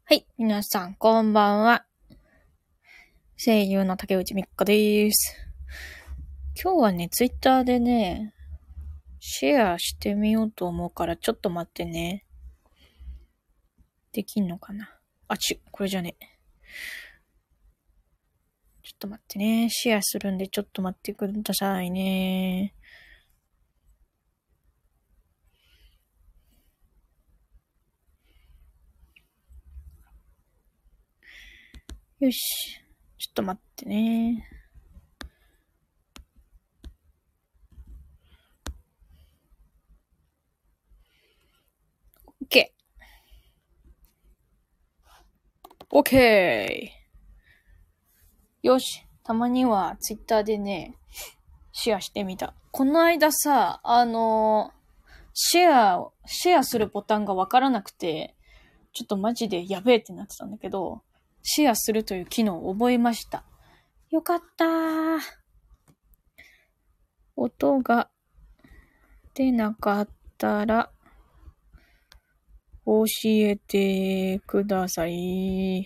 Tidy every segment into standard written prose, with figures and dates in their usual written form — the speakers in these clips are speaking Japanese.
はい、皆さん、こんばんは。声優の竹内美香です。今日はね、ツイッターでね、シェアしてみようと思うから、ちょっと待ってね。できんのかな？これじゃね。ちょっと待ってね。シェアするんで、ちょっと待ってくださいね。よし。ちょっと待ってね。OK。OK。よし。たまにはツイッターでね、シェアしてみた。この間さ、シェアするボタンがわからなくて、ちょっとマジでやべえってなってたんだけど、シェアするという機能を覚えました。よかったー。音が出なかったら、教えてください。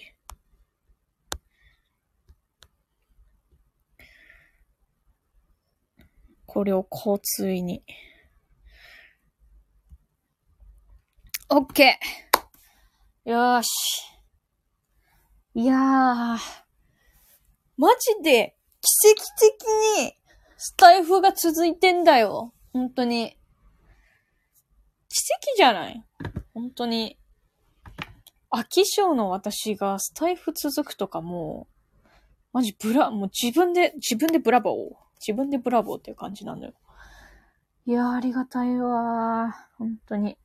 これを交通に。OK! よーし。いやー、マジで奇跡的にスタイフが続いてんだよ。本当に。奇跡じゃない？本当に。飽き性の私がスタイフ続くとかもう、マジもう自分でブラボー。自分でブラボーっていう感じなんだよ。いやー、ありがたいわー。本当に。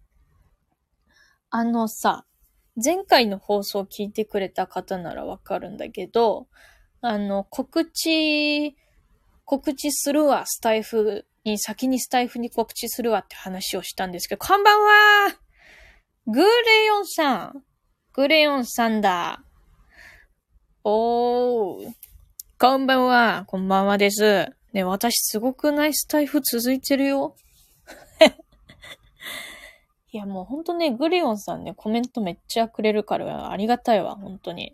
さ、前回の放送を聞いてくれた方ならわかるんだけど、告知するわ、先にスタイフに告知するわって話をしたんですけど、こんばんはー！グレヨンさんだ。おー。こんばんは。こんばんはです。ね、私すごくないスタイフ続いてるよ。いや、もうほんとね、グレヨンさんね、コメントめっちゃくれるからありがたいわ、ほんとに。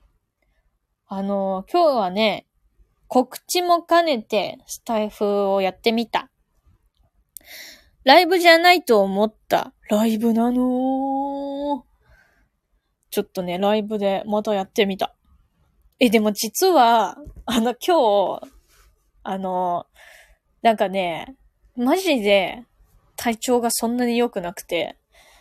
今日はね、告知も兼ねてスタイフをやってみた。ライブじゃないと思ったライブなの。ちょっとね、ライブでまたやってみた。でも実は、今日、なんかね、マジで体調がそんなに良くなくて、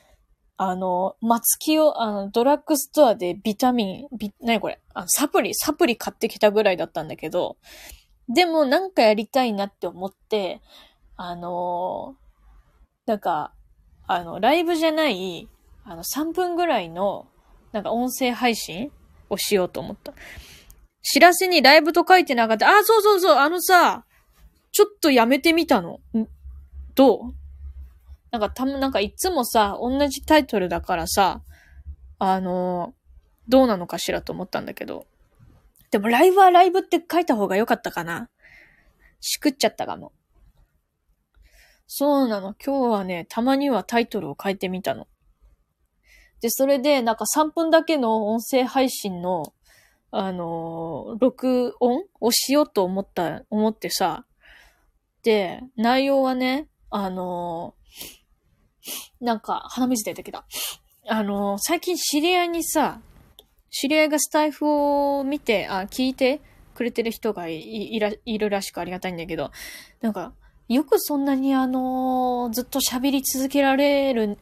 松木を、ドラッグストアでビタミン、何これサプリ買ってきたぐらいだったんだけど、でもなんかやりたいなって思って、なんか、ライブじゃない、3分ぐらいの、なんか音声配信をしようと思った。知らせにライブと書いてなかった。そうそうそう、ちょっとやめてみたの。どう？なんかいつもさ、同じタイトルだからさ、どうなのかしらと思ったんだけど。でもライブはライブって書いた方が良かったかな。しくっちゃったかも。そうなの。今日はね、たまにはタイトルを変えてみたの。で、それで、なんか3分だけの音声配信の、録音をしようと思ってさ。で、内容はね、なんか鼻水出てきた。最近知り合いがスタイフを聞いてくれてる人がいるらしくありがたいんだけど、なんか、よくそんなにずっと喋り続けられる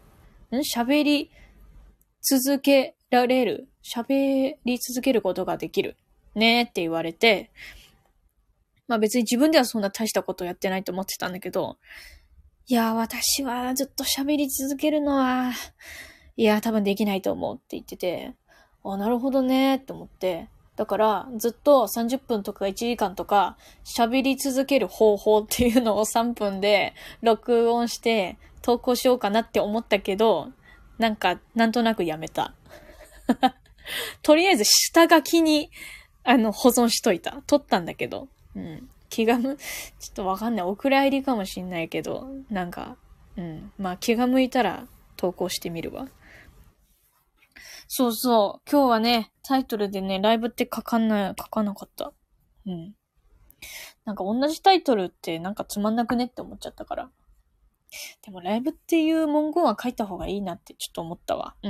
ことができるねって言われて、まあ別に自分ではそんな大したことやってないと思ってたんだけど、いや私はずっと喋り続けるのは、多分できないと思うって言ってて、なるほどねって思って、だからずっと30分とか1時間とか喋り続ける方法っていうのを3分で録音して投稿しようかなって思ったけど、なんとなくやめた。とりあえず下書きに保存しといた。撮ったんだけど。ちょっとわかんない。お蔵入りかもしんないけど、まあ気が向いたら投稿してみるわ。 そうそう。今日はね、タイトルでね、ライブって書かなかった。うん。なんか同じタイトルってなんかつまんなくねって思っちゃったから。でもライブっていう文言は書いた方がいいなってちょっと思ったわ。うん。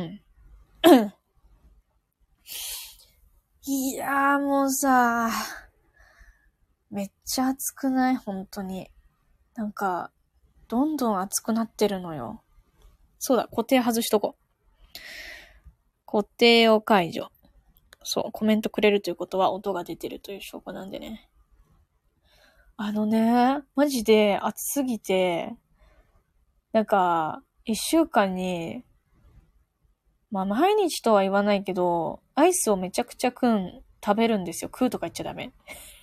いやーもうさ、めっちゃ熱くない？本当に。なんか、どんどん熱くなってるのよ。そうだ、固定外しとこう。固定を解除。そう、コメントくれるということは音が出てるという証拠なんでね。マジで暑すぎて、なんか、一週間に、まあ毎日とは言わないけど、アイスをめちゃくちゃ食べるんですよ。食うとか言っちゃダメ。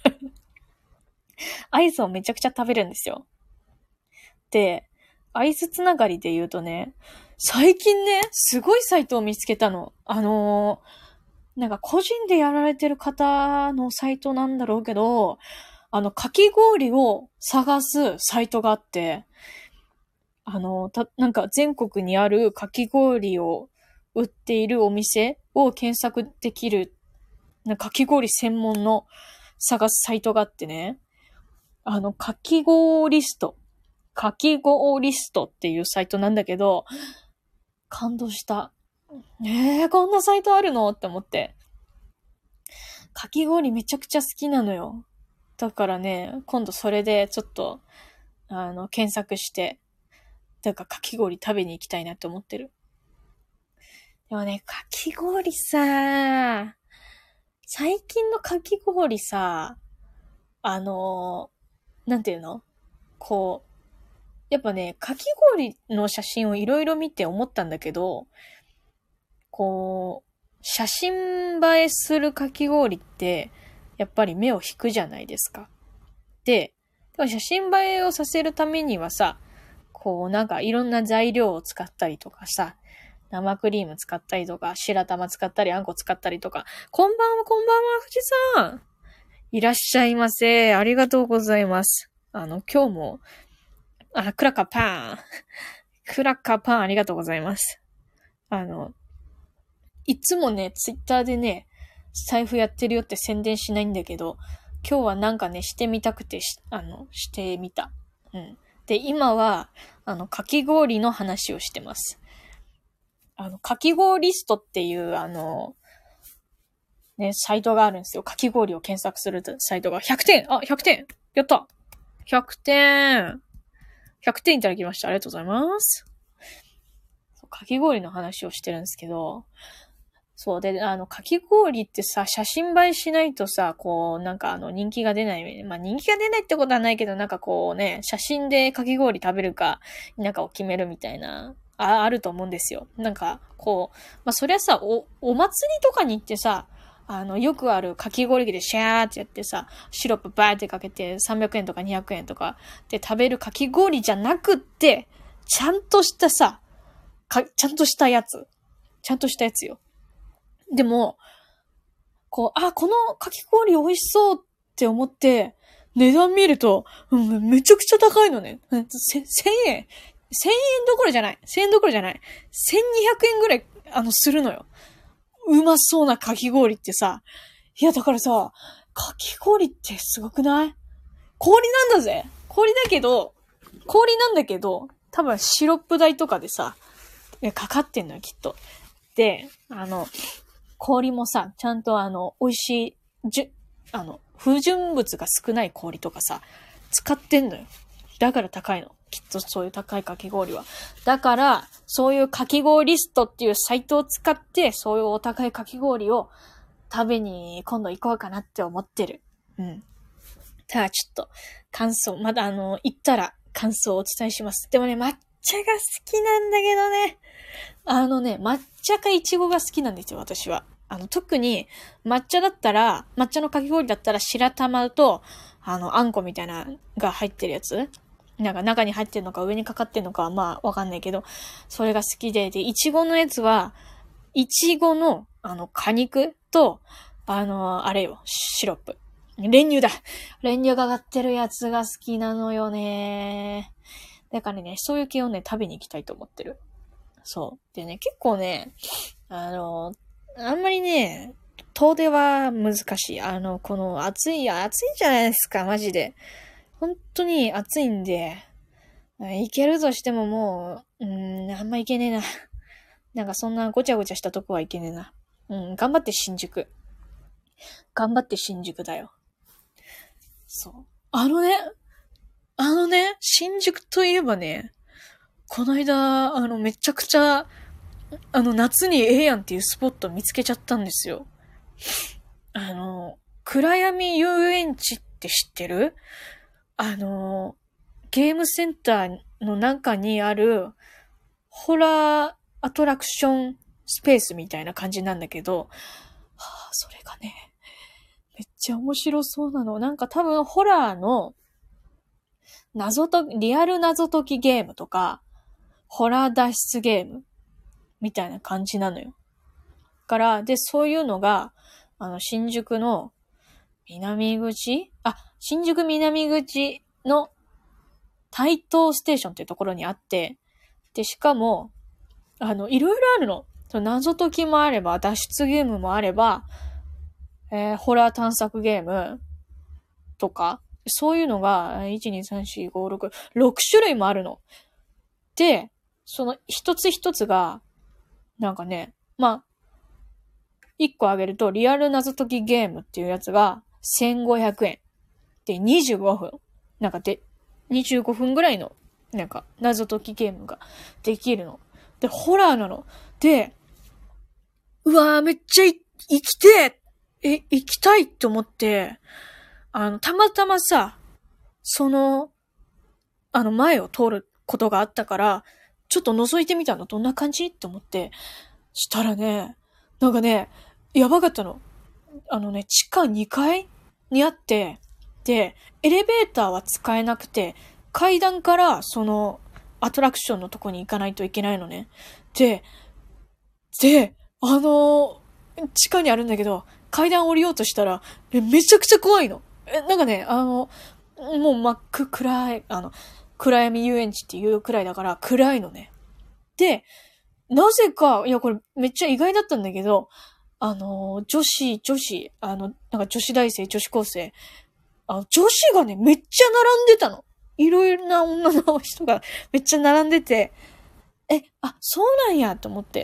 アイスをめちゃくちゃ食べるんですよ。で、アイスつながりで言うとね、最近ね、すごいサイトを見つけたの。なんか個人でやられてる方のサイトなんだろうけど、かき氷を探すサイトがあって、なんか全国にあるかき氷を売っているお店を検索できる、かき氷専門の探すサイトがあってね、かき氷リストっていうサイトなんだけど、感動した。こんなサイトあるのって思って。かき氷めちゃくちゃ好きなのよ。だからね、今度それでちょっと、検索して、だからかき氷食べに行きたいなって思ってる。でもね、かき氷さ、最近のかき氷さ、なんていうの？こう、やっぱね、かき氷の写真をいろいろ見て思ったんだけど、こう、写真映えするかき氷って、やっぱり目を引くじゃないですか。で、写真映えをさせるためにはさ、こうなんかいろんな材料を使ったりとかさ、生クリーム使ったりとか、白玉使ったり、あんこ使ったりとか、こんばんは、富士山。いらっしゃいませ。ありがとうございます。今日も、クラッカーパン。クラッカーパンありがとうございます。いつもね、ツイッターでね、財布やってるよって宣伝しないんだけど、今日はなんかね、してみたくてしてみた。うん。で、今は、かき氷の話をしてます。かき氷リストっていう、ね、サイトがあるんですよ。かき氷を検索するサイトが。100点！ 100 点やった！ 100 点 !100 点いただきました。ありがとうございます。かき氷の話をしてるんですけど、そうで、かき氷ってさ、写真映えしないとさ、こう、なんか人気が出ない。まあ、人気が出ないってことはないけど、なんかこうね、写真でかき氷食べるか否かを決めるみたいな、あると思うんですよ。なんか、こう、まあ、そりゃさ、お祭りとかに行ってさ、よくあるかき氷機でシャーってやってさ、シロップバーってかけて300円とか200円とかで食べるかき氷じゃなくって、ちゃんとしたさ、ちゃんとしたやつ。ちゃんとしたやつよ。でも、このかき氷美味しそうって思って、値段見ると、めちゃくちゃ高いのね。1000円。1000円どころじゃない。1000円どころじゃない。1200円ぐらい、するのよ。うまそうなかき氷ってさ。いや、だからさ、かき氷ってすごくない？氷なんだぜ。氷なんだけど、多分シロップ代とかでさ、かかってんのよ、きっと。で、氷もさ、ちゃんと美味しい、不純物が少ない氷とかさ、使ってんのよ。だから高いの。きっとそういう高いかき氷は。だから、そういうかき氷リストっていうサイトを使って、そういうお高いかき氷を食べに今度行こうかなって思ってる。うん。ただちょっと、感想、まだ行ったら感想をお伝えします。でもね、抹茶が好きなんだけどね。抹茶かいちごが好きなんですよ、私は。特に、抹茶のかき氷だったら白玉と、あんこみたいなが入ってるやつ。なんか中に入ってるのか上にかかってるのかはまあわかんないけど、それが好きで、いちごのやつは、いちごの、果肉と、あれよ、シロップ。練乳だ。練乳が上がってるやつが好きなのよね。だからね、そういう系をね、食べに行きたいと思ってる。 そう。でね、結構ね、あんまりね、遠出は難しい。この暑いじゃないですか、マジで。本当に暑いんで、行けるとしてももう、あんま行けねえな。なんかそんなごちゃごちゃしたとこは行けねえな。頑張って新宿。頑張って新宿だよ。そう。新宿といえばね、この間、めちゃくちゃ、夏にええやんっていうスポット見つけちゃったんですよ。暗闇遊園地って知ってる？ゲームセンターの中にある、ホラーアトラクションスペースみたいな感じなんだけど、それがね、めっちゃ面白そうなの。なんか多分ホラーのリアル謎解きゲームとか、ホラー脱出ゲームみたいな感じなのよ。で、そういうのが、新宿の新宿南口の台東ステーションっていうところにあって、で、しかも、いろいろあるの。謎解きもあれば、脱出ゲームもあれば、ホラー探索ゲームとか、そういうのが、1、2、3、4、5、6、6種類もあるの。で、その一つ一つが、なんかね、1個あげると、リアル謎解きゲームっていうやつが1500円。で、25分。25分ぐらいの、謎解きゲームができるの。で、ホラーなの。で、うわーめっちゃ行きて行きたいって思って、たまたまさ、前を通ることがあったから、ちょっと覗いてみたの。どんな感じって思って。したらね、なんかね、やばかったの。地下2階にあって、で、エレベーターは使えなくて、階段からアトラクションのとこに行かないといけないのね。で、地下にあるんだけど、階段降りようとしたら、めちゃくちゃ怖いの。なんかね、もう暗闇遊園地っていうくらいだから暗いのね。で、なぜか、いやこれめっちゃ意外だったんだけど、女子大生、女子高生、女子がね、めっちゃ並んでたの。いろいろな女の人がめっちゃ並んでて、そうなんやと思って、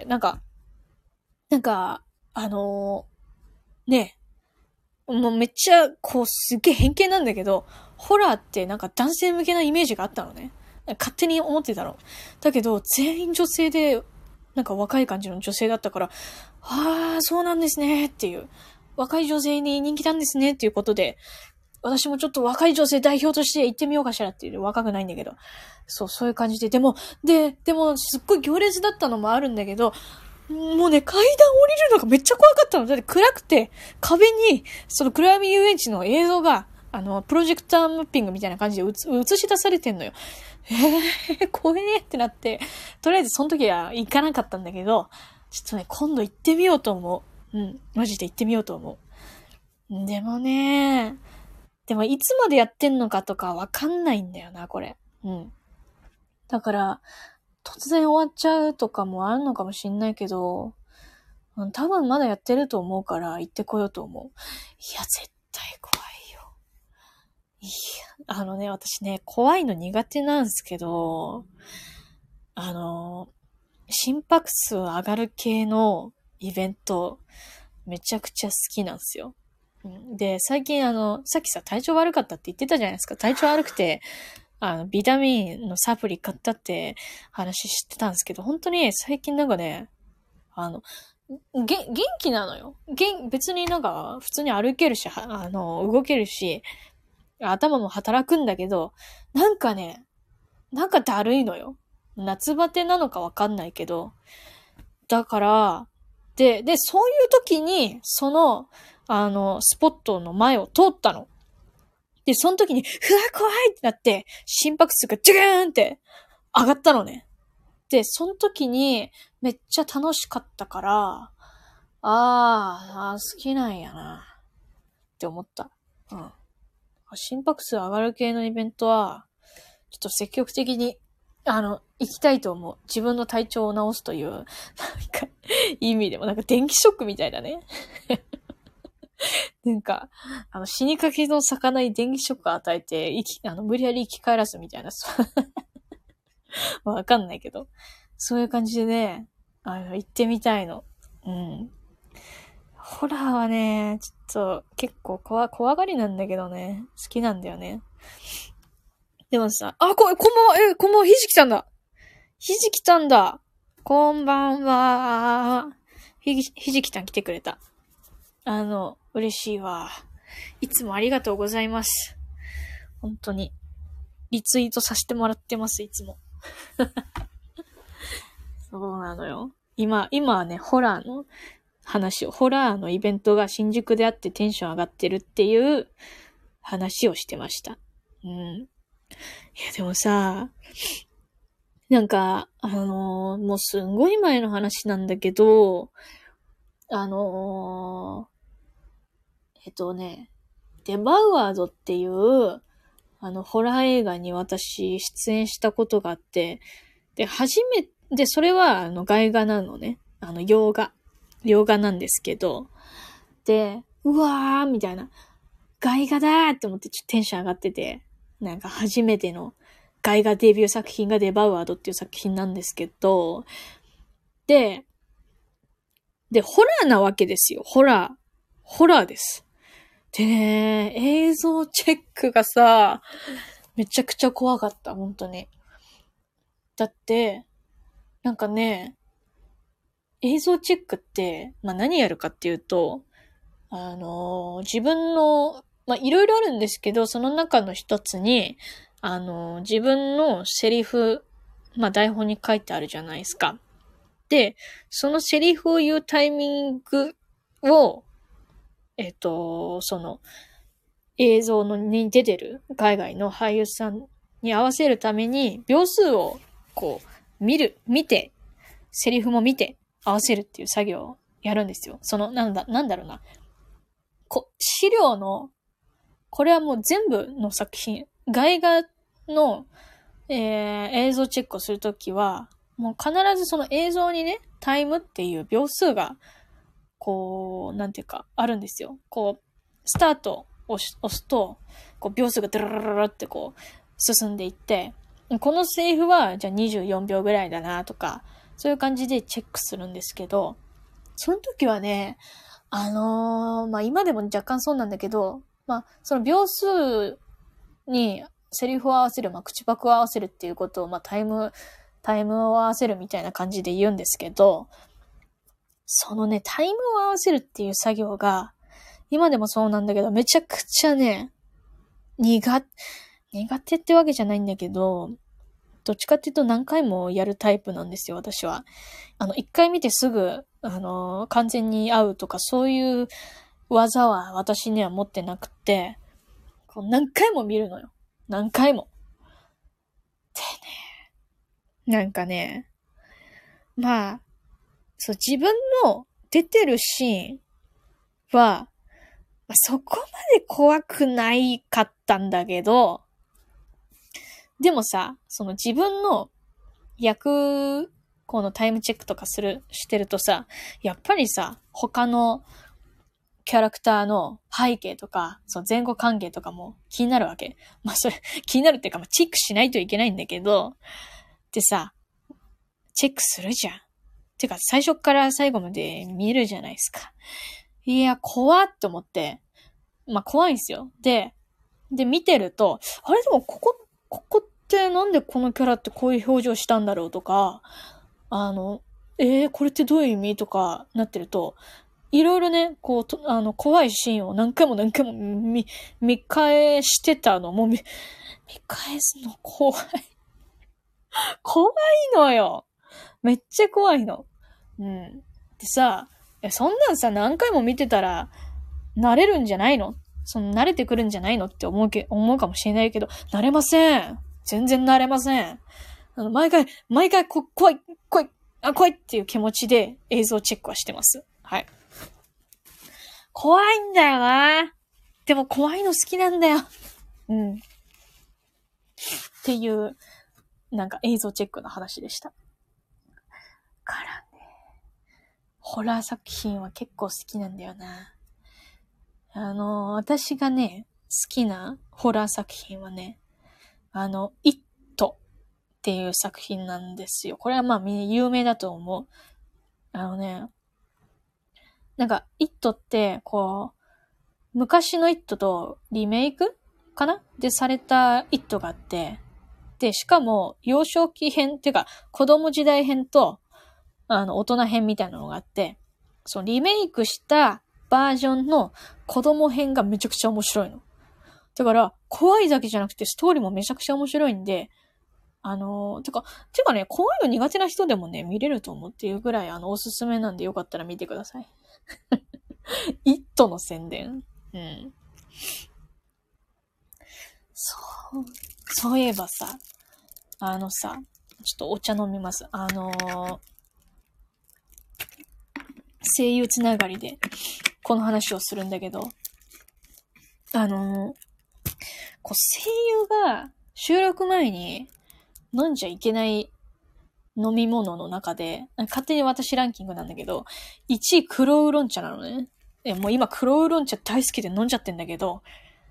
ね、もうめっちゃ、すっげえ偏見なんだけど、ホラーって男性向けなイメージがあったのね。勝手に思ってたの。だけど、全員女性で、若い感じの女性だったから、そうなんですねっていう。若い女性に人気なんですねっていうことで、私もちょっと若い女性代表として行ってみようかしらっていう、若くないんだけど。そういう感じで。でも、すっごい行列だったのもあるんだけど、もうね、階段降りるのがめっちゃ怖かったの。だって暗くて、壁に、暗闇遊園地の映像が、プロジェクターマッピングみたいな感じで映し出されてんのよ。怖えってなって、とりあえずその時は行かなかったんだけど、ちょっとね、今度行ってみようと思う。マジで行ってみようと思う。でもいつまでやってんのかとかわかんないんだよな、これ。だから、突然終わっちゃうとかもあるのかもしんないけど、多分まだやってると思うから行ってこようと思う。いや、絶対怖いよ。私ね、怖いの苦手なんですけど、心拍数上がる系のイベント、めちゃくちゃ好きなんですよ。で、最近さっきさ、体調悪かったって言ってたじゃないですか。体調悪くて、ビタミンのサプリ買ったって話してたんですけど、本当に最近元気なのよ。別に普通に歩けるし、動けるし、頭も働くんだけど、だるいのよ。夏バテなのかわかんないけど。だから、で、そういう時に、スポットの前を通ったの。で、その時に、うわ、怖いってなって、心拍数がジューンって上がったのね。で、その時に、めっちゃ楽しかったから、好きなんやな、って思った。心拍数上がる系のイベントは、ちょっと積極的に、 行きたいと思う。自分の体調を治すという、なんか、意味でも、なんか電気ショックみたいだね。なんか、死にかけの魚に電気ショックを与えて、無理やり生き返らすみたいな、わかんないけど。そういう感じでね、行ってみたいの。うん。ホラーはね、ちょっと結構怖がりなんだけどね、好きなんだよね。でもさ、こんばんは、こんばんは、ひじきさんだ。ひじきさんだ。こんばんは。ひじきさん来てくれた。嬉しいわ。いつもありがとうございます。本当に。リツイートさせてもらってます、いつも。そうなのよ。今はね、ホラーのイベントが新宿であってテンション上がってるっていう話をしてました。うん。いや、でもさ、なんか、もうすんごい前の話なんだけど、デバウアードっていう、ホラー映画に私出演したことがあって、で、それは、外画なのね。洋画なんですけど、で、うわーみたいな、外画だーって思ってちょっとテンション上がってて、なんか初めての外画デビュー作品がデバウアードっていう作品なんですけど、で、ホラーなわけですよ。ホラーです。でね、映像チェックがさ、めちゃくちゃ怖かった、本当に。だって、なんかね、映像チェックって、何やるかっていうと、自分の、いろいろあるんですけど、その中の一つに、自分のセリフ、台本に書いてあるじゃないですか。で、そのセリフを言うタイミングを、その映像に出てる海外の俳優さんに合わせるために、秒数をこう、見て、セリフも見て合わせるっていう作業をやるんですよ。なんだろうな。資料の、これはもう全部の作品、外画の、映像チェックをするときは、もう必ずその映像にね、タイムっていう秒数が、こう、なんていうか、あるんですよ。こう、スタートを押すと、こう、秒数がドララララってこう、進んでいって、このセリフは、じゃあ24秒ぐらいだなとか、そういう感じでチェックするんですけど、その時はね、今でも若干そうなんだけど、その秒数にセリフを合わせる、口パクを合わせるっていうことを、タイムを合わせるみたいな感じで言うんですけど、そのね、タイムを合わせるっていう作業が、今でもそうなんだけど、めちゃくちゃね、苦手ってわけじゃないんだけど、どっちかっていうと何回もやるタイプなんですよ、私は。一回見てすぐ、完全に合うとか、そういう技は私には持ってなくて、こう何回も見るのよ。何回も。でね、なんかね、そう、自分の出てるシーンは、そこまで怖くないかったんだけど、でもさ、その自分の役、このタイムチェックとかしてるとさ、やっぱりさ、他のキャラクターの背景とか、その前後関係とかも気になるわけ。それ、気になるっていうか、チェックしないといけないんだけど、でさ、チェックするじゃん。てか、最初から最後まで見るじゃないですか。いや、怖っと思って、怖いんですよ。で、見てると、あれでもここってなんでこのキャラってこういう表情したんだろうとか、これってどういう意味とかなってると、いろいろね、怖いシーンを何回も見返してたの。もう見返すの怖い。怖いのよ。めっちゃ怖いの。うん。でさ、そんなんさ、何回も見てたら、慣れるんじゃないの？慣れてくるんじゃないのって思うかもしれないけど、慣れません。全然慣れません。毎回、怖いっていう気持ちで映像チェックはしてます。はい。怖いんだよな。でも怖いの好きなんだよ。うん。っていうなんか映像チェックの話でした。からね。ホラー作品は結構好きなんだよな。私がね、好きなホラー作品はね、イットっていう作品なんですよ。これはまあ有名だと思う。なんか、イットって、こう、昔のイットとリメイクかなでされたイットがあって、で、しかも、幼少期編っていうか、子供時代編と、大人編みたいなのがあって、そのリメイクしたバージョンの子供編がめちゃくちゃ面白いの。だから、怖いだけじゃなくてストーリーもめちゃくちゃ面白いんで、てかね、怖いの苦手な人でもね、見れると思うっていうぐらい、おすすめなんでよかったら見てください。イットの宣伝。うん。そういえばさ、ちょっとお茶飲みます。声優つながりで、この話をするんだけど、声優が収録前に飲んじゃいけない飲み物の中で、勝手に私ランキングなんだけど、1位黒ウーロン茶なのね。もう今黒ウーロン茶大好きで飲んじゃってんだけど、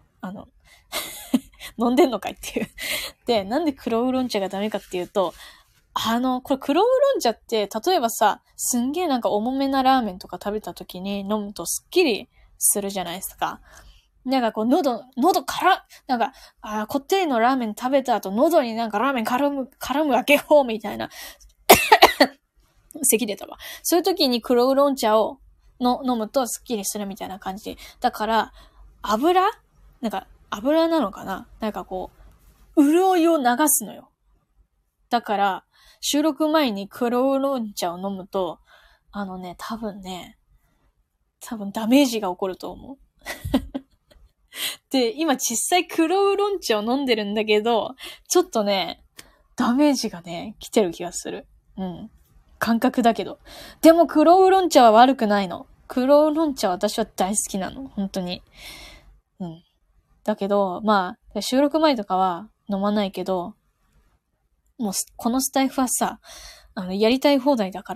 飲んでんのかいっていう。で、なんで黒ウーロン茶がダメかっていうと、これ黒ウーロン茶って、例えばさ、すんげえなんか重めなラーメンとか食べた時に飲むとスッキリするじゃないですか。なんかこう喉なんか、こってりのラーメン食べた後、喉になんかラーメン絡むわけよ、みたいな。咳出たわ。そういう時に黒ウーロン茶を飲むとスッキリするみたいな感じ。だから、油なのかななんかこう、潤いを流すのよ。だから、収録前に黒ウーロン茶を飲むと、多分ダメージが起こると思う。で、今実際黒ウーロン茶を飲んでるんだけど、ちょっとね、ダメージがね、来てる気がする。うん。感覚だけど。でも黒ウーロン茶は悪くないの。黒ウーロン茶は私は大好きなの。本当に。うん。だけど、まあ、収録前とかは飲まないけど、もう、このスタイフはさ、やりたい放題だから。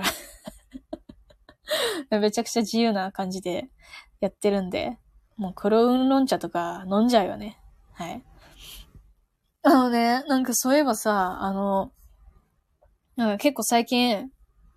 めちゃくちゃ自由な感じでやってるんで、もう黒ウーロン茶とか飲んじゃうよね。はい。なんかそういえばさ、なんか結構最近、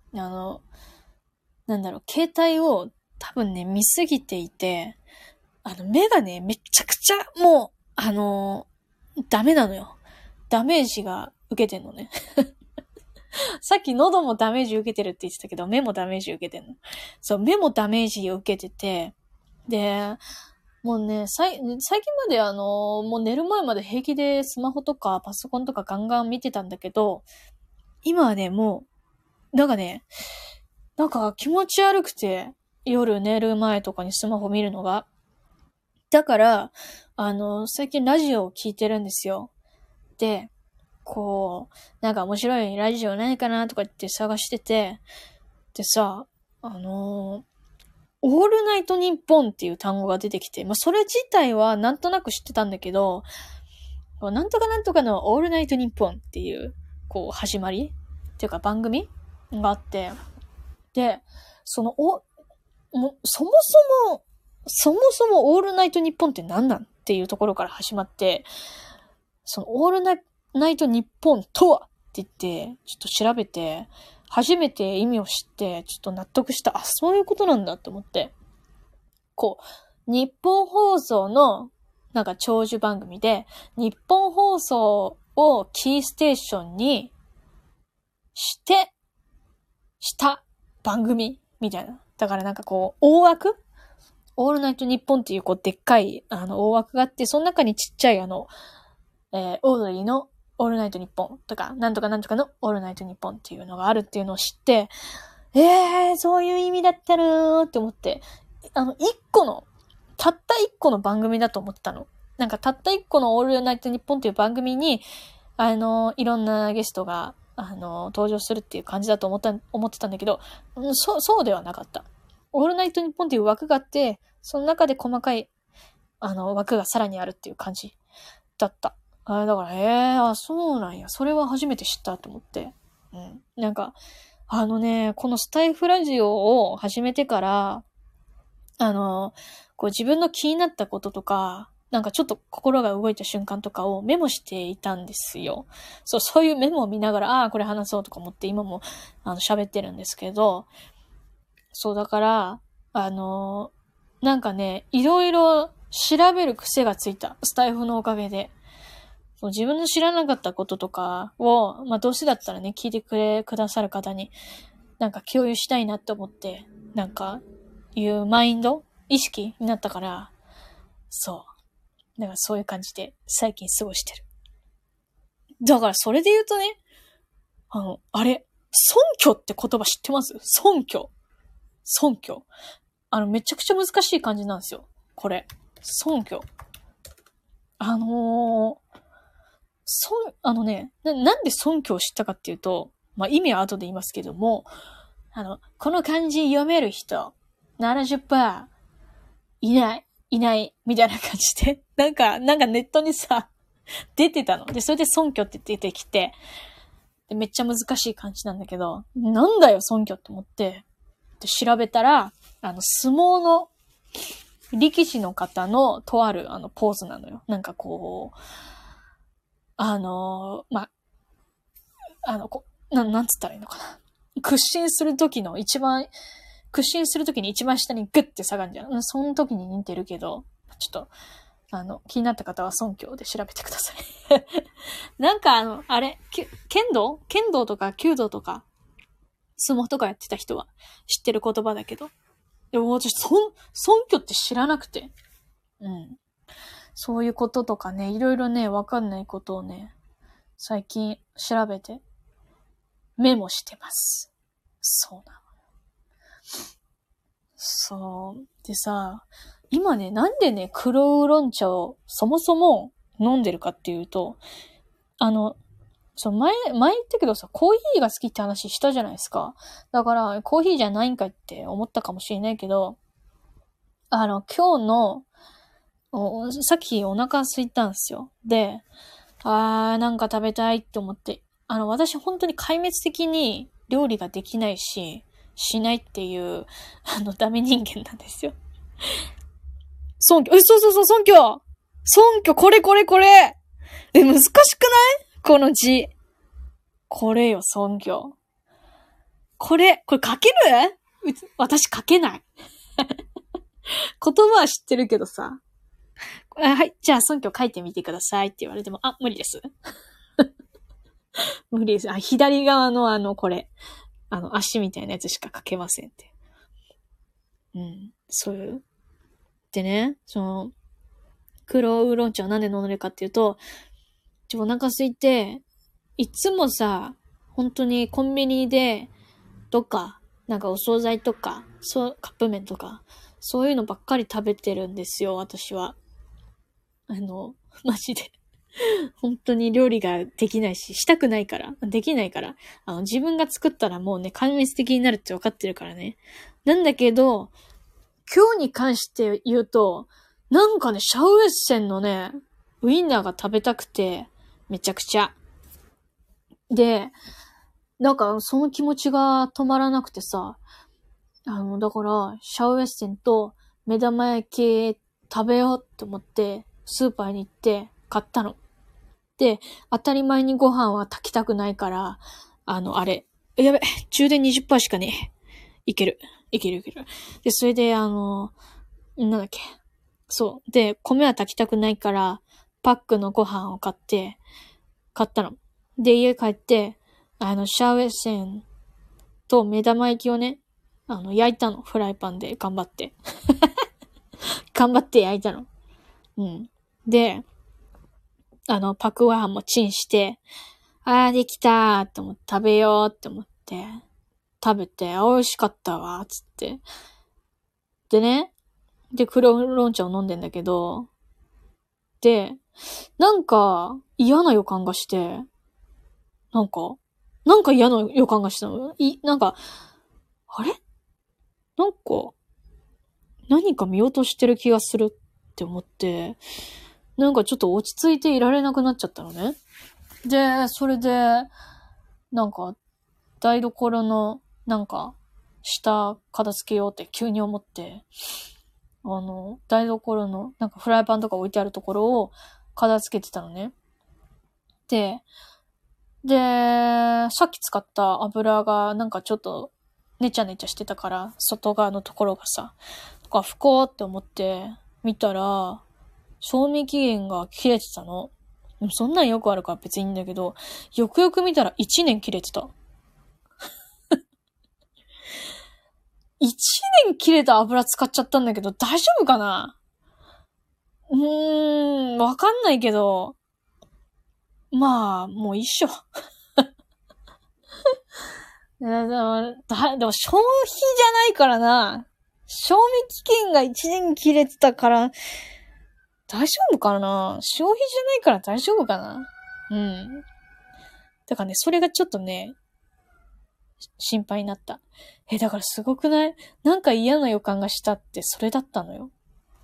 携帯を多分ね、見すぎていて、目がね、めちゃくちゃもう、ダメなのよ。ダメージが受けてんのね。さっき喉もダメージ受けてるって言ってたけど、目もダメージ受けてんの。そう、目もダメージを受けてて、で、もうね、最近までもう寝る前まで平気でスマホとかパソコンとかガンガン見てたんだけど、今はね、もう、なんか気持ち悪くて、夜寝る前とかにスマホ見るのが。だから、最近ラジオを聞いてるんですよ。で、こう、なんか面白いラジオないかなとかって探してて、でさ、オールナイトニッポンっていう単語が出てきて、まあ、それ自体はなんとなく知ってたんだけど、なんとかなんとかのオールナイトニッポンっていう、こう、始まりっていうか番組があって、で、そもそもオールナイトニッポンって何なんっていうところから始まって、そのオールナイトニッポンとはって言って、ちょっと調べて、初めて意味を知って、ちょっと納得した。あ、そういうことなんだって思って。こう、日本放送の、なんか長寿番組で、日本放送をキーステーションにした番組みたいな。だからなんかこう、大枠オールナイトニッポンっていうこう、でっかい、大枠があって、その中にちっちゃいオードリーのオールナイトニッポンとか、なんとかなんとかのオールナイトニッポンっていうのがあるっていうのを知って、そういう意味だったなーって思って、たった一個の番組だと思ってたの。なんかたった一個のオールナイトニッポンっていう番組に、いろんなゲストが、登場するっていう感じだと思ってたんだけど、そうではなかった。オールナイトニッポンっていう枠があって、その中で細かい、枠がさらにあるっていう感じだった。 だから、そうなんや。それは初めて知ったと思って。うん。なんか、このスタイフラジオを始めてから、こう自分の気になったこととか、なんかちょっと心が動いた瞬間とかをメモしていたんですよ。そういうメモを見ながら、これ話そうとか思って今も、喋ってるんですけど、そうだから、なんかね、いろいろ調べる癖がついた。スタイフのおかげで。そう自分の知らなかったこととかを、まあどうせだったらね、聞いてくださる方に、なんか共有したいなって思って、なんか、いうマインド意識になったから、そう。だからそういう感じで最近過ごしてる。だからそれで言うとね、あれ、尊虚って言葉知ってます？尊虚。尊虚。めちゃくちゃ難しい感じなんですよ。これ。尊虚。なんで尊虚を知ったかっていうと、まあ、意味は後で言いますけども、この漢字読める人、70% いない、みたいな感じで、なんかネットにさ、出てたの。で、それで尊虚って出てきて、でめっちゃ難しい感じなんだけど、なんだよ尊虚って思って、で調べたら、相撲の力士の方のとあるポーズなのよ。なんかこう、なんつったらいいのかな。屈伸するときに一番下にグッて下がるんじゃん。その時に似てるけど、ちょっと、気になった方は尊虚で調べてください。なんか剣道とか弓道とか、相撲とかやってた人は知ってる言葉だけど。でも私、尊虚って知らなくて。うん。そういうこととかね、いろいろね、わかんないことをね、最近調べてメモしてます。そうなの。そう。でさ、今ね、なんでね、黒ウーロン茶をそもそも飲んでるかっていうと、前言ったけどさ、コーヒーが好きって話したじゃないですか。だから、コーヒーじゃないんかって思ったかもしれないけど、今日の、さっきお腹空いたんですよ。で、なんか食べたいって思って、私本当に壊滅的に料理ができないし、しないっていう、ダメ人間なんですよ。尊虚、そう、尊虚これ難しくないこの字。これよ、尊虚。これ書ける？私書けない。言葉は知ってるけどさ。はい、じゃあ尊虚書いてみてくださいって言われても、無理です。無理です。左側のこれ。足みたいなやつしか書けませんって。うん。そういう。でね、黒ウーロン茶をなんで飲んでるかっていうと、お腹空いて、いつもさ、本当にコンビニで、とか、なんかお惣菜とか、カップ麺とか、そういうのばっかり食べてるんですよ、私は。マジで。本当に料理ができないし、したくないから、できないから、自分が作ったらもうね、壊滅的になるって分かってるからね。なんだけど、今日に関して言うと、なんかね、シャウエッセンのね、ウインナーが食べたくて、めちゃくちゃ。で、なんかその気持ちが止まらなくてさ、だから、シャウエッセンと目玉焼き食べようって思って、スーパーに行って買ったの。で、当たり前にご飯は炊きたくないから、やべ、充電 20% しかねえ。いける。で、それで、なんだっけ。そう。で、米は炊きたくないから、パックのご飯を買ったの。で、家帰って、シャウエッセンと目玉焼きをね、焼いたの。フライパンで頑張って。頑張って焼いたの。うん。で、パックご飯もチンして、できたーって思って食べようって思って、食べて、美味しかったわ、つって。でね、黒ウーロン茶を飲んでんだけど、で、なんか嫌な予感がして、なんか嫌な予感がしたの。あれなんか、何か見落としてる気がするって思って、 なんかちょっと落ち着いていられなくなっちゃったのね。で、それで、なんか、台所の、なんか、下片付けようって急に思って、台所の、なんかフライパンとか置いてあるところを片付けてたのね。で、さっき使った油がなんかちょっとネチャネチャしてたから、外側のところがさ、拭こうって思って見たら、賞味期限が切れてたの。そんなんよくあるから別にいいんだけど、よくよく見たら1年切れてた。1年切れた油使っちゃったんだけど、大丈夫かな？わかんないけど、まあ、もう一緒。でも消費じゃないからな。賞味期限が1年切れてたから、大丈夫かな？消費じゃないから大丈夫かな？だからね、それがちょっとね、心配になった。だからすごくない？なんか嫌な予感がしたってそれだったのよ。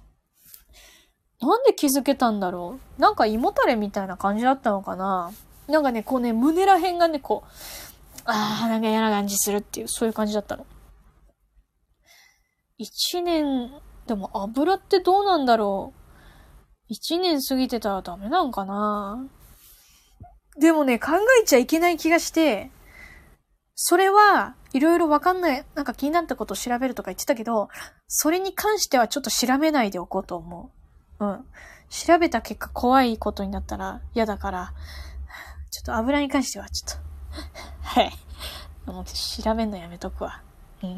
なんで気づけたんだろう？なんか胃もたれみたいな感じだったのかな？なんかね、こうね、胸ら辺がね、こう、なんか嫌な感じするっていう、そういう感じだったの。1年、でも油ってどうなんだろう？1年過ぎてたらダメなんかな？でもね、考えちゃいけない気がして、それはいろいろわかんない、なんか気になったことを調べるとか言ってたけど、それに関してはちょっと調べないでおこうと思う。調べた結果怖いことになったら嫌だから、ちょっと油に関してはちょっと、はい。もう調べんのやめとくわ。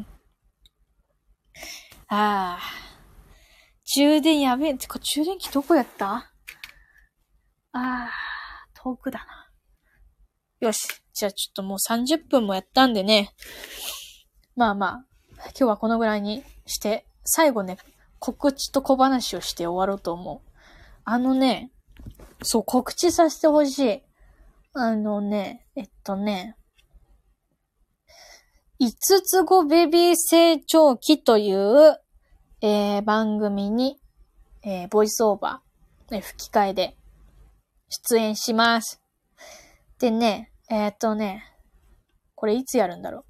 充電やべえ。てか、充電器どこやった？遠くだな。よし。じゃあちょっともう30分もやったんでね。まあまあ、今日はこのぐらいにして、最後ね、告知と小話をして終わろうと思う。そう、告知させてほしい。5つ子ベビー成長期という、番組に、ボイスオーバー、吹き替えで出演します。でね、これいつやるんだろう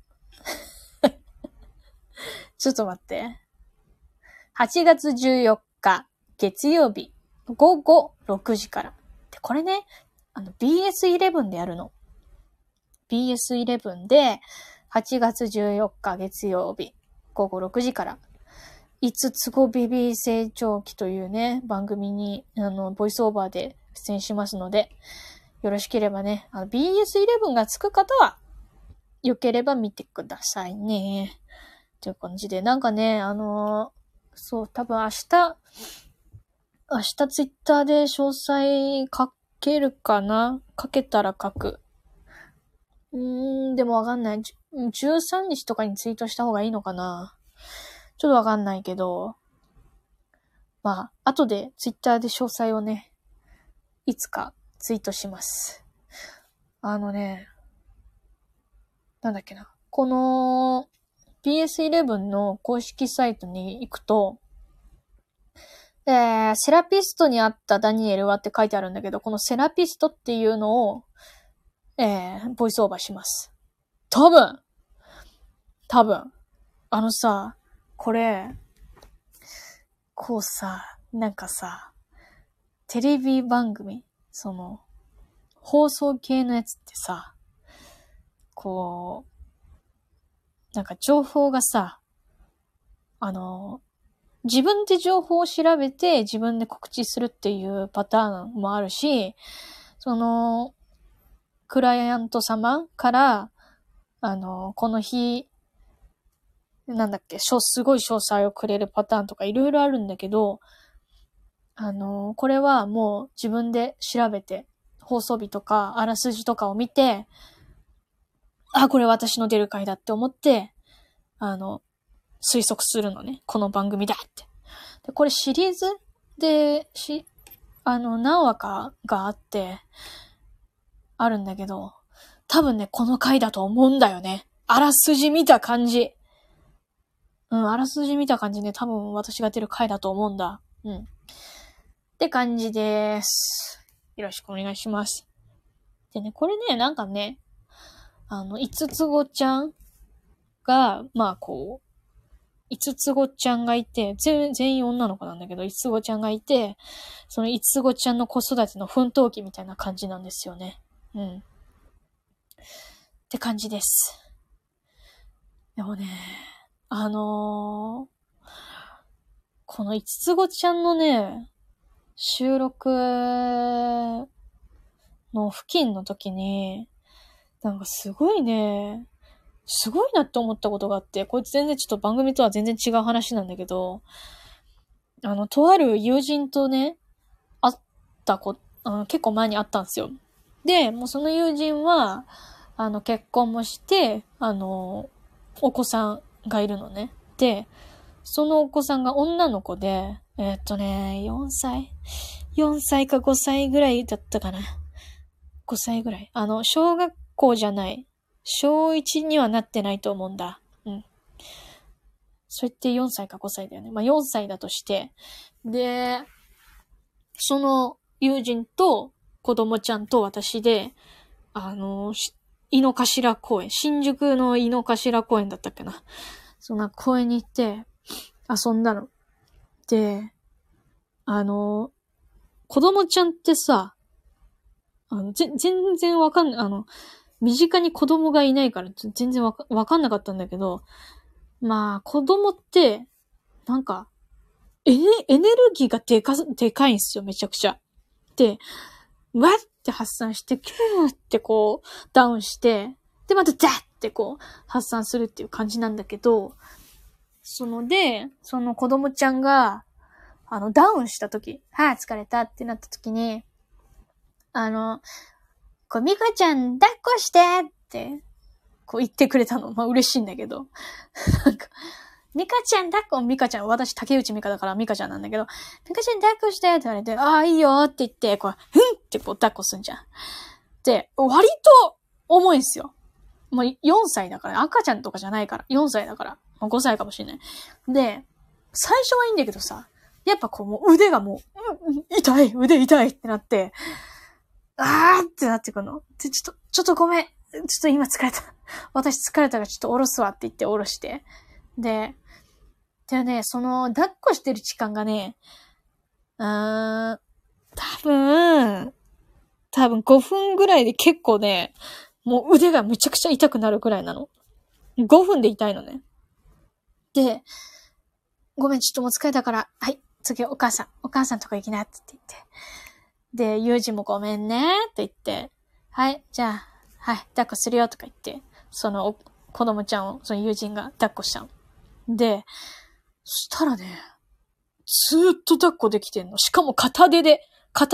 ちょっと待って。8月14日月曜日午後6時から。で、これね、BS11 でやるの。BS11 で8月14日月曜日午後6時から、5つ子ベビー成長期というね、番組に、ボイスオーバーで出演しますので、よろしければね、BS11 がつく方は、よければ見てくださいね。という感じで、なんかね、そう、多分明日ツイッターで詳細書けるかな？書けたら書く。でもわかんない。13日とかにツイートした方がいいのかな？ちょっとわかんないけど、まあ、後でツイッターで詳細をね、いつかツイートします。なんだっけな。この BS11 の公式サイトに行くと、セラピストに会ったダニエルはって書いてあるんだけど、このセラピストっていうのを、ボイスオーバーします。多分。これ、こうさ、なんかさ、テレビ番組、放送系のやつってさ、こう、なんか情報がさ、自分で情報を調べて自分で告知するっていうパターンもあるし、クライアント様から、この日、なんだっけ、すごい詳細をくれるパターンとかいろいろあるんだけど、これはもう自分で調べて、放送日とかあらすじとかを見て、これ私の出る回だって思って、推測するのね。この番組だって。で、これシリーズで、何話かがあって、あるんだけど、多分ね、この回だと思うんだよね。あらすじ見た感じ。あらすじ見た感じね、多分私が出る回だと思うんだ。 って感じです。よろしくお願いします。でね、これね、なんかね、五つ子ちゃんが、まあこう、五つ子ちゃんがいて、全員女の子なんだけど、五つ子ちゃんがいて、その五つ子ちゃんの子育ての奮闘記みたいな感じなんですよね。うん。って感じです。でもね、この五つ子ちゃんのね、収録の付近の時に、なんかすごいね、すごいなって思ったことがあって、こいつ全然ちょっと番組とは全然違う話なんだけど、とある友人とね、会った結構前に会ったんですよ。で、もうその友人は、結婚もして、お子さんがいるのね。で、そのお子さんが女の子で、4歳か5歳ぐらいだったかな。5歳ぐらい。小学校じゃない。小1にはなってないと思うんだ。うん。それって4歳か5歳だよね。まあ、4歳だとして。で、その友人と子供ちゃんと私で、井の頭公園、新宿の井の頭公園だったっけな。そんな公園に行って遊んだの。で、子供ちゃんってさ、全然わかんない、身近に子供がいないから全然わかんなかったんだけど、まあ、子供って、なんか、エネルギーがでかいんすよ、めちゃくちゃ。で、わって発散して、キューってこう、ダウンして、で、またダッってこう、発散するっていう感じなんだけど、その子供ちゃんが、ダウンした時、疲れたってなった時に、ミカちゃん抱っこしてって、こう言ってくれたの。まあ嬉しいんだけど。なんか、ミカちゃん抱っこ、ミカちゃん、私竹内ミカだからミカちゃんなんだけど、ミカちゃん抱っこしてって言われて、ああ、いいよって言って、こう、ふんってこう抱っこすんじゃん。で、割と重いんすよ。もう4歳だから、赤ちゃんとかじゃないから、4歳だから、もう5歳かもしれない。で、最初はいいんだけどさ、やっぱこうもう腕がもう、腕痛いってなって、あーってなってくるの。で、ちょっとごめん。ちょっと今疲れた。私疲れたからちょっと下ろすわって言って下ろして。でね、その、抱っこしてる時間がね、多分5分ぐらいで結構ね、もう腕がめちゃくちゃ痛くなるくらいなの。5分で痛いのね。で、ごめん、ちょっともう疲れたから、はい、次お母さんとか行きなって言って。で、友人もごめんねって言って、はい、じゃあ、はい、抱っこするよとか言って、その子供ちゃんを、その友人が抱っこしたの。で、そしたらね、ずーっと抱っこできてんの。しかも片腕で、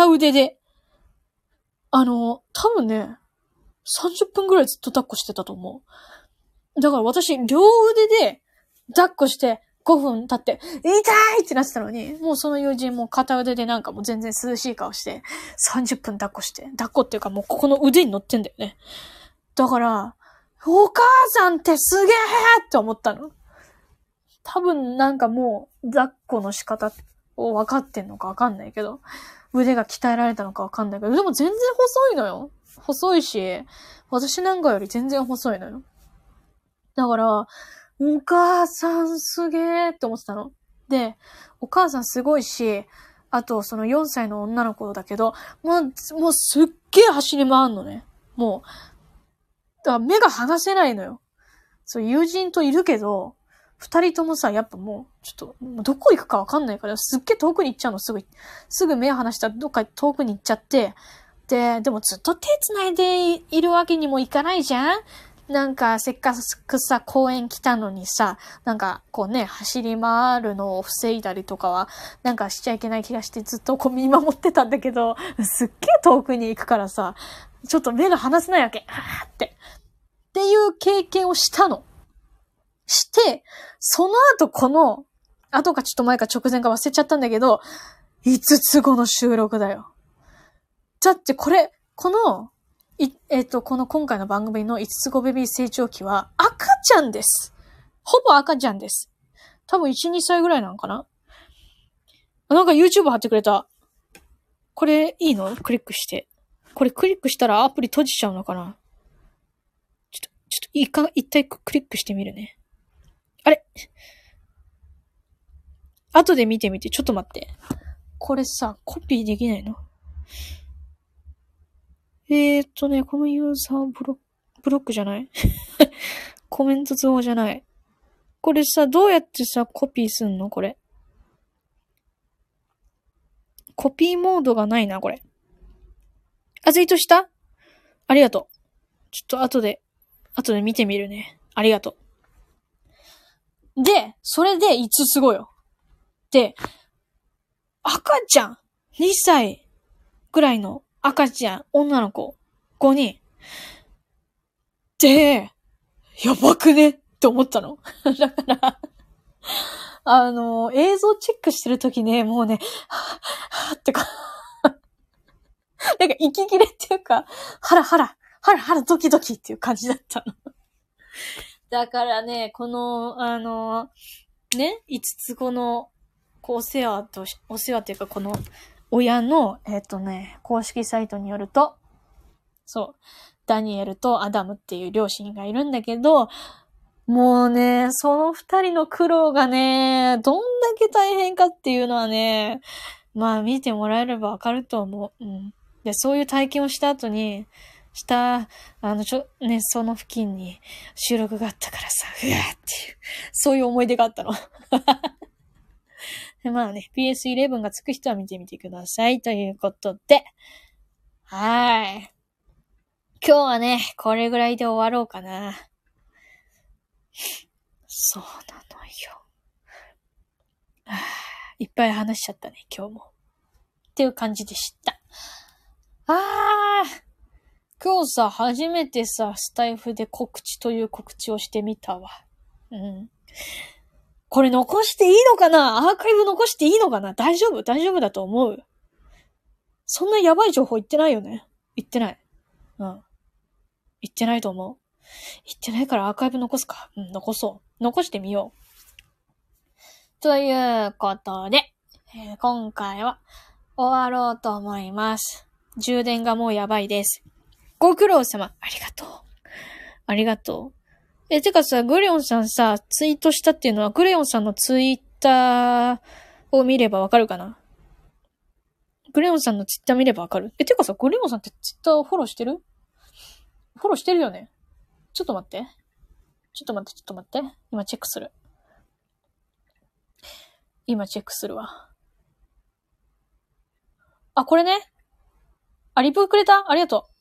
多分ね、30分ぐらいずっと抱っこしてたと思う。だから私、両腕で抱っこして5分経って、痛いってなってたのに、もうその友人も片腕でなんかもう全然涼しい顔して、30分抱っこして、抱っこっていうかもうここの腕に乗ってんだよね。だから、お母さんってすげーって思ったの。多分なんかもう抱っこの仕方を分かってんのか分かんないけど、腕が鍛えられたのか分かんないけど、でも全然細いのよ。細いし、私なんかより全然細いのよ。だから、お母さんすげーって思ってたの。で、お母さんすごいし、あとその4歳の女の子だけど、もうすっげー走り回んのね。もう、だから目が離せないのよ。そう、友人といるけど、2人ともさ、やっぱもう、ちょっと、どこ行くかわかんないから、すっげー遠くに行っちゃうの、すぐ目離したらどっか遠くに行っちゃって、でもずっと手繋いでいるわけにもいかないじゃん？なんか、せっかくさ、公園来たのにさ、なんか、こうね、走り回るのを防いだりとかは、なんかしちゃいけない気がしてずっとこう見守ってたんだけど、すっげー遠くに行くからさ、ちょっと目が離せないわけ。っていう経験をしたの。して、その後かちょっと前か直前か忘れちゃったんだけど、5つ後の収録だよ。だってこの今回の番組の5つ子ベビー成長期は赤ちゃんです。ほぼ赤ちゃんです。多分1、2歳ぐらいなのかな？なんか YouTube 貼ってくれた。 これいいの？クリックして。これクリックしたらアプリ閉じちゃうのかな？ちょっと一回クリックしてみるね。あれ？後で見てみて、ちょっと待って。これさ、コピーできないの？このユーザーブロックじゃないコメント通報じゃない。これさ、どうやってさ、コピーすんのこれ。コピーモードがないな、これ。あ、ツイートした？ありがとう。ちょっと後で見てみるね。ありがとう。で、それで5つ子よ。で、赤ちゃん !2 歳ぐらいの赤ちゃん、女の子5人。で、やばくねって思ったの。だから、映像チェックしてるときね、もうね、はぁってか、なんか息切れっていうか、ハラドキドキっていう感じだったの。だからね、この、5つ子の、お世話っていうか、この、親の、公式サイトによると、そう、ダニエルとアダムっていう両親がいるんだけど、もうね、その2人の苦労がね、どんだけ大変かっていうのはね、まあ見てもらえればわかると思う。うん。で、そういう体験をした後に、その付近に収録があったからさ、うわーっていう、そういう思い出があったの。でまあね、PS11 がつく人は見てみてください。ということで、はーい。今日はね、これぐらいで終わろうかな。そうなのよ。いっぱい話しちゃったね、今日も。っていう感じでした。今日さ、初めてさ、スタイフで告知という告知をしてみたわ。うん。これ残していいのかな？アーカイブ残していいのかな？大丈夫だと思う。そんなやばい情報言ってないよね？言ってない。うん。言ってないと思う。言ってないからアーカイブ残すか。うん、残そう。残してみよう。ということで、今回は終わろうと思います。充電がもうやばいです。ご苦労様。ありがとう。ありがとう。てかさ、グレオンさんさ、ツイートしたっていうのは、グレオンさんのツイッターを見ればわかるかな？グレオンさんのツイッター見ればわかる？てかさ、グレオンさんってツイッターをフォローしてる？フォローしてるよね？ちょっと待って。今チェックする。わ。あ、これね。あ、リプくれた？ありがと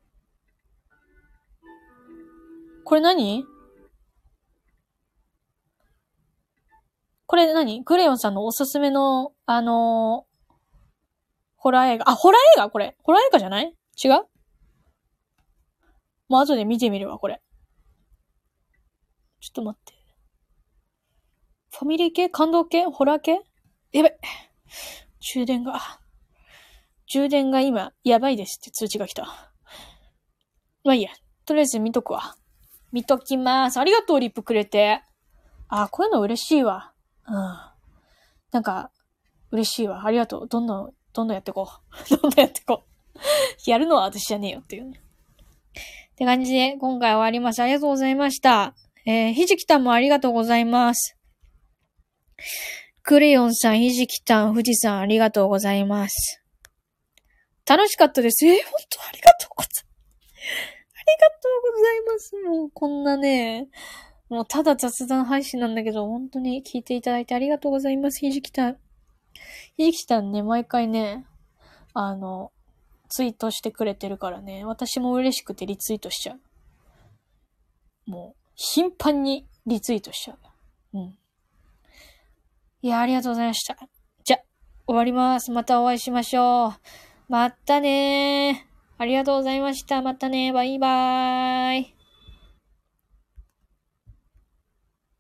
う。これ何？これ何？グレヨンさんのおすすめの、ホラー映画。あ、ホラー映画これ。ホラー映画じゃない？違う？もう後で見てみるわ、これ。ちょっと待って。ファミリー系？感動系？ホラー系？やべ。充電が今、やばいですって通知が来た。まあいいや。とりあえず見とくわ。見ときます。ありがとう、リップくれて。あ、こういうの嬉しいわ。うん。なんか、嬉しいわ。ありがとう。どんどんやってこう。やるのは私じゃねえよっていうね。って感じで、今回終わります。ありがとうございました。ひじきたんもありがとうございます。クレヨンさん、ひじきたん、富士さん、ありがとうございます。楽しかったです。本当ありがとうございます。ありがとうございます。もう、こんなね、もうただ雑談配信なんだけど、本当に聞いていただいてありがとうございます。ひじきたん。ひじきたんね、毎回ね、ツイートしてくれてるからね、私も嬉しくてリツイートしちゃう。もう、頻繁にリツイートしちゃう。うん。いや、ありがとうございました。じゃ、終わります。またお会いしましょう。またねー。ありがとうございました。またね。バイバーイ。